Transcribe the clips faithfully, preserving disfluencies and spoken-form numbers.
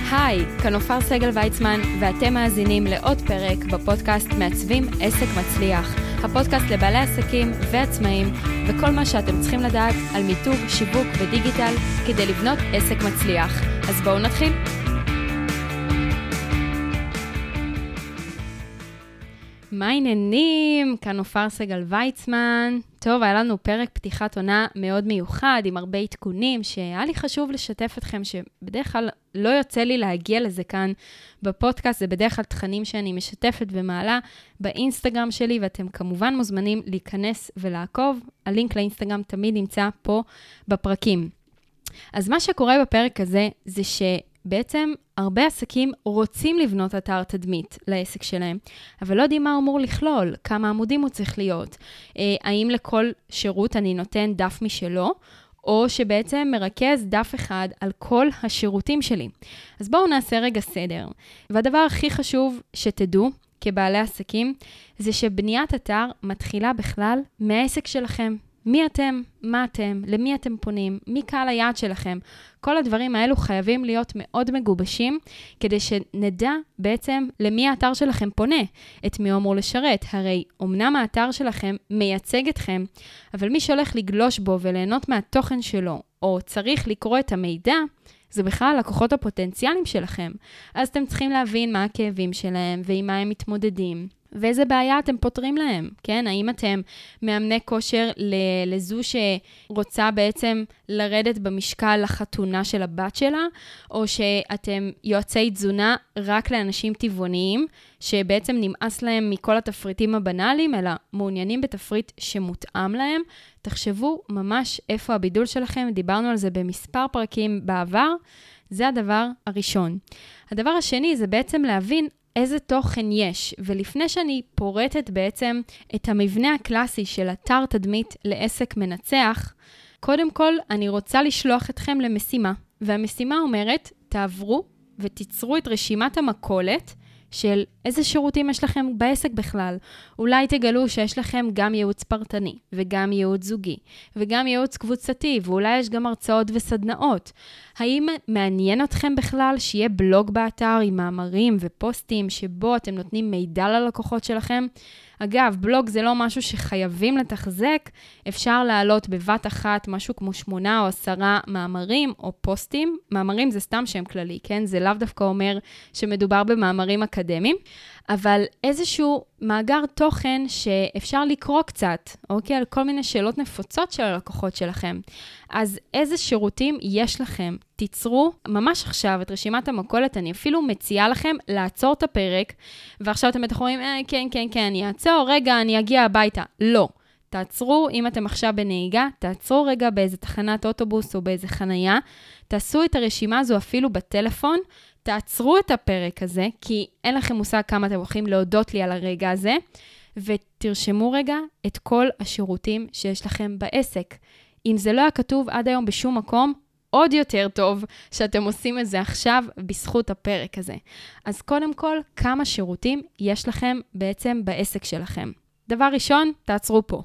היי, כאן עופר סגל ויצמן, ואתם מאזינים לעוד פרק בפודקאסט מעצבים עסק מצליח. הפודקאסט לבעלי עסקים ועצמאים, וכל מה שאתם צריכים לדעת על מיתוג, שיווק ודיגיטל כדי לבנות עסק מצליח. אז בואו נתחיל. מה העניינים? כאן עופר סגל ויצמן. טוב, היה לנו פרק פתיחת עונה מאוד מיוחד, עם הרבה עדכונים, שהיה לי חשוב לשתף אתכם, שבדרך כלל לא יוצא לי להגיע לזה כאן בפודקאסט, זה בדרך כלל תכנים שאני משתפת ומעלה באינסטגרם שלי, ואתם כמובן מוזמנים להיכנס ולעקוב. הלינק לאינסטגרם תמיד נמצא פה בפרקים. אז מה שקורה בפרק הזה, זה ש... בעצם הרבה עסקים רוצים לבנות אתר תדמית לעסק שלהם, אבל לא יודעים מה הוא אמור לכלול, כמה עמודים הוא צריך להיות, האם לכל שירות אני נותן דף משלו, או שבעצם מרכז דף אחד על כל השירותים שלי. אז בואו נעשה רגע סדר. והדבר הכי חשוב שתדעו כבעלי עסקים, זה שבניית אתר מתחילה בכלל מהעסק שלכם. מי אתם? מה אתם? למי אתם פונים? מי קהל היעד שלכם? כל הדברים האלו חייבים להיות מאוד מגובשים, כדי שנדע בעצם למי האתר שלכם פונה, את מי הוא אמור לשרת. הרי אמנם האתר שלכם מייצג אתכם, אבל מי שהולך לגלוש בו וליהנות מהתוכן שלו, או צריך לקרוא את המידע, זה בכלל הלקוחות הפוטנציאליים שלכם. אז אתם צריכים להבין מה הכאבים שלהם, ועם מה הם מתמודדים. ואיזה בעיה אתם פותרים להם, כן? האם אתם מאמני כושר לזו שרוצה בעצם לרדת במשקל לחתונה של הבת שלה, או שאתם יועצי תזונה רק לאנשים טבעוניים, שבעצם נמאס להם מכל התפריטים הבנאליים, אלא מעוניינים בתפריט שמותאם להם. תחשבו ממש איפה הבידול שלכם, דיברנו על זה במספר פרקים בעבר, זה הדבר הראשון. הדבר השני זה בעצם להבין איזה תוכן יש, ולפני שאני פורטת בעצם את המבנה הקלאסי של אתר תדמית לעסק מנצח, קודם כל אני רוצה לשלוח אתכם למשימה, והמשימה אומרת, תעברו ותיצרו את רשימת המכולת של איזה שירותים יש לכם בעסק בכלל. אולי תגלו שיש לכם גם ייעוץ פרטני, וגם ייעוץ זוגי, וגם ייעוץ קבוצתי, ואולי יש גם הרצאות וסדנאות. האם מעניין אתכם בכלל שיהיה בלוג באתר עם מאמרים ופוסטים שבו אתם נותנים מידע ללקוחות שלכם? אגב, בלוג זה לא משהו שחייבים לתחזק, אפשר להעלות בבת אחת משהו כמו שמונה או עשרה מאמרים או פוסטים. מאמרים זה סתם שם כללי, כן? זה לאו דווקא אומר שמדובר במאמרים אקדמיים, אבל איזשהו מאגר תוכן שאפשר לקרוא קצת, אוקיי? על כל מיני שאלות נפוצות של הלקוחות שלכם. אז איזה שירותים יש לכם? תיצרו ממש עכשיו את רשימת המכולת, אני אפילו מציעה לכם לעצור את הפרק, ועכשיו אתם בטח אומרים, אה, כן, כן, כן, אני אעצור, רגע, אני אגיע הביתה. לא. תעצרו, אם אתם עכשיו בנהיגה, תעצרו רגע באיזה תחנת אוטובוס או באיזה חנייה, תעשו את הרשימה הזו אפילו בטלפון, תעצרו את הפרק הזה, כי אין לכם מושג כמה אתם הולכים להודות לי על הרגע הזה, ותרשמו רגע את כל השירותים שיש לכם בעסק. אם זה לא היה כתוב עד היום בשום מקום, עוד יותר טוב שאתם עושים את זה עכשיו בזכות הפרק הזה. אז קודם כל, כמה שירותים יש לכם בעצם בעסק שלכם. דבר ראשון, תעצרו פה.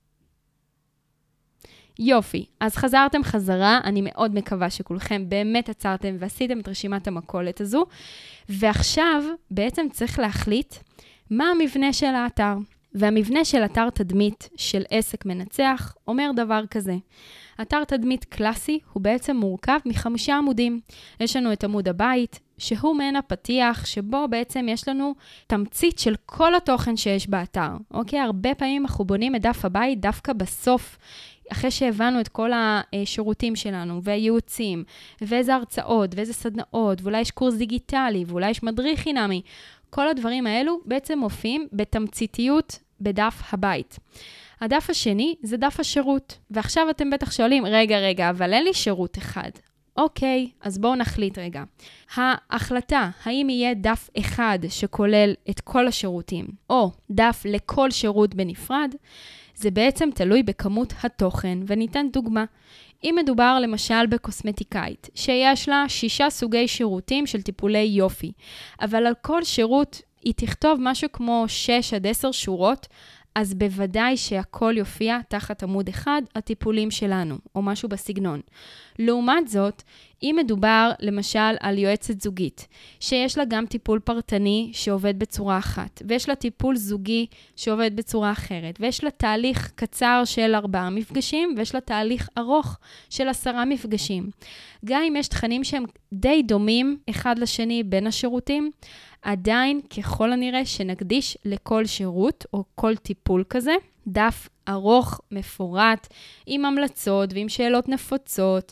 יופי, אז חזרתם חזרה, אני מאוד מקווה שכולכם באמת עצרתם ועשיתם את רשימת המכולת הזו, ועכשיו בעצם צריך להחליט מה המבנה של האתר. והמבנה של אתר תדמית של עסק מנצח אומר דבר כזה. אתר תדמית קלאסי הוא בעצם מורכב מחמישה עמודים. יש לנו את עמוד הבית, שהוא מעין הפתיח, שבו בעצם יש לנו תמצית של כל התוכן שיש באתר. אוקיי? הרבה פעמים אנחנו בונים את דף הבית דווקא בסוף, אחרי שהבנו את כל השירותים שלנו, והייעוצים, ואיזה הרצאות, ואיזה סדנאות, ואולי יש קורס דיגיטלי, ואולי יש מדריך חינמי. כל הדברים האלו בעצם מופיעים בתמציתיות בדף הבית. הדף השני זה דף השירות, ועכשיו אתם בטח שואלים, רגע, רגע, אבל אין לי שירות אחד. אוקיי, אז בואו נחליט רגע. ההחלטה, האם יהיה דף אחד שכולל את כל השירותים, או דף לכל שירות בנפרד, זה בעצם תלוי בכמות התוכן, וניתן דוגמה. אם מדובר למשל בקוסמטיקאית, שיש לה שישה סוגי שירותים של טיפולי יופי, אבל על כל שירות היא תכתוב משהו כמו שש עד עשר שורות, אז בוודאי שהכל יופיע תחת עמוד אחד, הטיפולים שלנו, או משהו בסגנון. לעומת זאת, אם מדובר למשל על יועצת זוגית, שיש לה גם טיפול פרטני שעובד בצורה אחת, ויש לה טיפול זוגי שעובד בצורה אחרת, ויש לה תהליך קצר של ארבעה מפגשים, ויש לה תהליך ארוך של עשרה מפגשים. גם אם יש תכנים שהם די דומים אחד לשני בין השירותים, עדיין ככל הנראה שנקדיש לכל שירות או כל טיפול כזה, דף ארוך, מפורט, עם המלצות ועם שאלות נפוצות,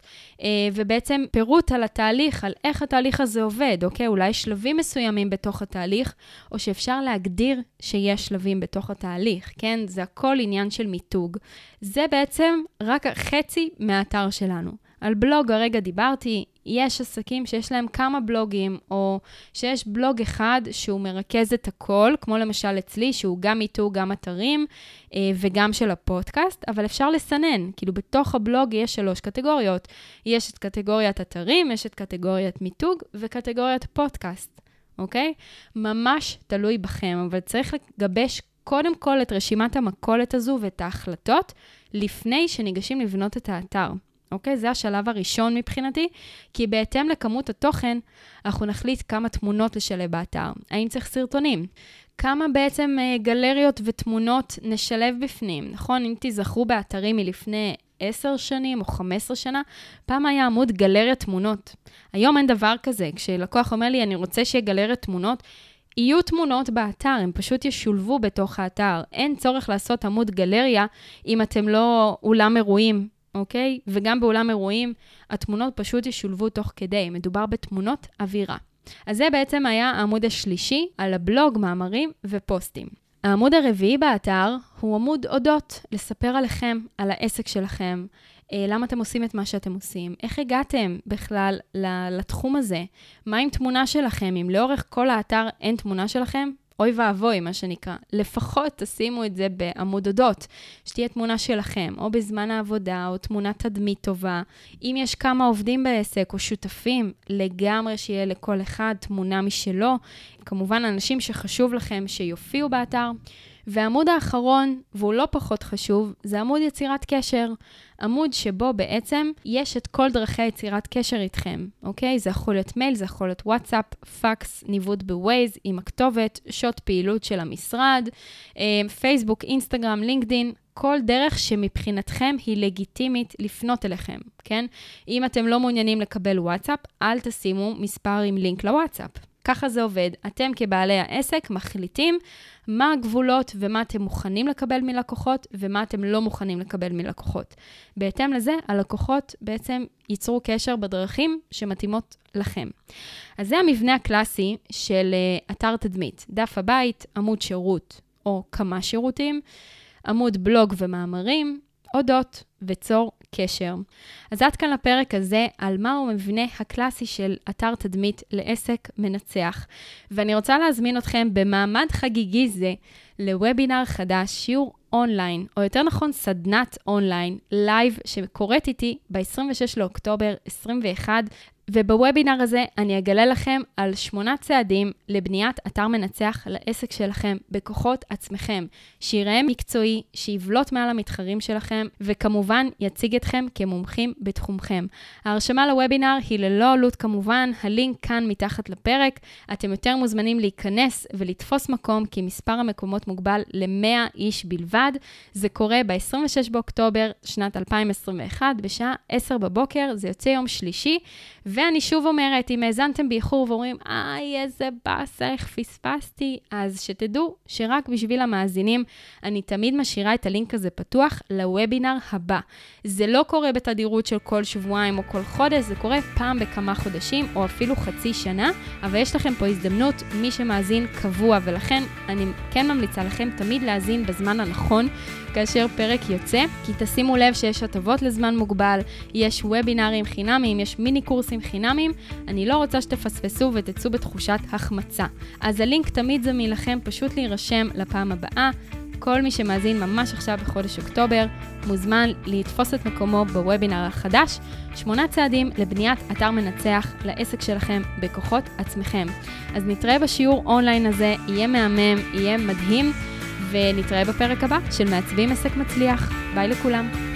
ובעצם פירוט על התהליך, על איך התהליך הזה עובד, אוקיי? אולי שלבים מסוימים בתוך התהליך, או שאפשר להגדיר שיש שלבים בתוך התהליך, כן? זה הכל עניין של מיתוג. זה בעצם רק חצי מהאתר שלנו. על בלוג הרגע דיברתי, יש עסקים שיש להם כמה בלוגים, או שיש בלוג אחד שהוא מרכז את הכל, כמו למשל אצלי, שהוא גם מיתוג, גם אתרים, וגם של הפודקאסט, אבל אפשר לסנן, כאילו בתוך הבלוג יש שלוש קטגוריות. יש את קטגוריית אתרים, יש את קטגוריית מיתוג, וקטגוריית פודקאסט, אוקיי? ממש תלוי בכם, אבל צריך לגבש קודם כל את רשימת המכולת הזו ואת ההחלטות, לפני שניגשים לבנות את האתר. אוקיי? זה השלב הראשון מבחינתי, כי בהתאם לכמות התוכן, אנחנו נחליט כמה תמונות לשלב באתר. האם צריך סרטונים? כמה בעצם גלריות ותמונות נשלב בפנים? נכון? אם תזכרו באתרים מלפני עשר שנים או חמש עשרה שנה, פעם היה עמוד גלריות תמונות. היום אין דבר כזה. כשלקוח אומר לי, אני רוצה שיהיה גלריות תמונות, יהיו תמונות באתר, הם פשוט ישולבו בתוך האתר. אין צורך לעשות עמוד גלריה אם אתם לא אולם אירועים, אוקיי? וגם בעולם אירועים, התמונות פשוט ישולבו תוך כדי. מדובר בתמונות אווירה. אז זה בעצם היה העמוד השלישי על הבלוג, מאמרים ופוסטים. העמוד הרביעי באתר הוא עמוד אודות, לספר עליכם, על העסק שלכם, למה אתם עושים את מה שאתם עושים, איך הגעתם בכלל לתחום הזה, מה עם תמונה שלכם, אם לאורך כל האתר אין תמונה שלכם, אוי ואבוי, מה שנקרא. לפחות תשימו את זה בעמוד אודות, שתהיה תמונה שלכם, או בזמן העבודה, או תמונת תדמית טובה. אם יש כמה עובדים בעסק או שותפים, לגמרי שיהיה לכל אחד תמונה משלו. כמובן, אנשים שחשוב לכם שיופיעו באתר. והעמוד האחרון, והוא לא פחות חשוב, זה עמוד יצירת קשר. עמוד שבו בעצם יש את כל דרכי יצירת קשר איתכם, אוקיי? זה יכול להיות מייל, זה יכול להיות וואטסאפ, פקס, ניווט בווייז עם הכתובת, שוט פעילות של המשרד, פייסבוק, אינסטגרם, לינקדין, כל דרך שמבחינתכם היא לגיטימית לפנות אליכם, כן? אם אתם לא מעוניינים לקבל וואטסאפ, אל תשימו מספר עם לינק לוואטסאפ. ככה זה עובד. אתם כבעלי העסק מחליטים מה הגבולות ומה אתם מוכנים לקבל מלקוחות ומה אתם לא מוכנים לקבל מלקוחות. בהתאם לזה, הלקוחות בעצם ייצרו קשר בדרכים שמתאימות לכם. אז זה המבנה הקלאסי של אתר תדמית. דף הבית, עמוד שירות או כמה שירותים, עמוד בלוג ומאמרים, אודות וצור קשר. אז עד כאן לפרק הזה על מהו המבנה הקלאסי של אתר תדמית לעסק מנצח. ואני רוצה להזמין אתכם במעמד חגיגי זה לוובינר חדש, שיעור אונליין, או יותר נכון סדנת אונליין, לייב שקורית איתי ב-עשרים ושש לאוקטובר עשרים ואחת, ובוובינר הזה אני אגלה לכם על שמונה צעדים לבניית אתר מנצח לעסק שלכם בכוחות עצמכם, שיראה מקצועי, שיבלוט מעל המתחרים שלכם, וכמובן יציג אתכם כמומחים בתחומכם. ההרשמה לוובינר היא ללא עלות כמובן, הלינק כאן מתחת לפרק, אתם יותר מוזמנים להיכנס ולתפוס מקום, כי מספר המקומות מוגבל ל-מאה איש בלבד. זה קורה ב-עשרים ושש באוקטובר שנת אלפיים עשרים ואחת, בשעה עשר בבוקר, זה יוצא יום שלישי, ואני שוב אומרת, אם האזנתם באיחור ואומרים, איי, איזה באסה, איך פספסתי, אז שתדעו שרק בשביל המאזינים, אני תמיד משאירה את הלינק הזה פתוח לוובינר הבא. זה לא קורה בתדירות של כל שבועיים או כל חודש, זה קורה פעם בכמה חודשים או אפילו חצי שנה, אבל יש לכם פה הזדמנות, מי שמאזין קבוע, ולכן אני כן ממליצה לכם תמיד להאזין בזמן הנכון, כאשר פרק יוצא, כי תשימו לב שיש הטבות לזמן מוגבל, יש וובינרים חינמיים, יש מיני קורסים חינמיים, אני לא רוצה שתפספסו ותצאו בתחושת החמצה. אז הלינק תמיד זמין לכם, פשוט להירשם לפעם הבאה. כל מי שמאזין ממש עכשיו בחודש אוקטובר, מוזמן לתפוס את מקומו בוובינר החדש, שמונה צעדים לבניית אתר מנצח לעסק שלכם בכוחות עצמכם. אז נתראה בשיעור אונליין הזה, יהיה מהמם, יהיה מדהים, ונתראה בפרק הבא של מעצבים עסק מצליח. ביי לכולם.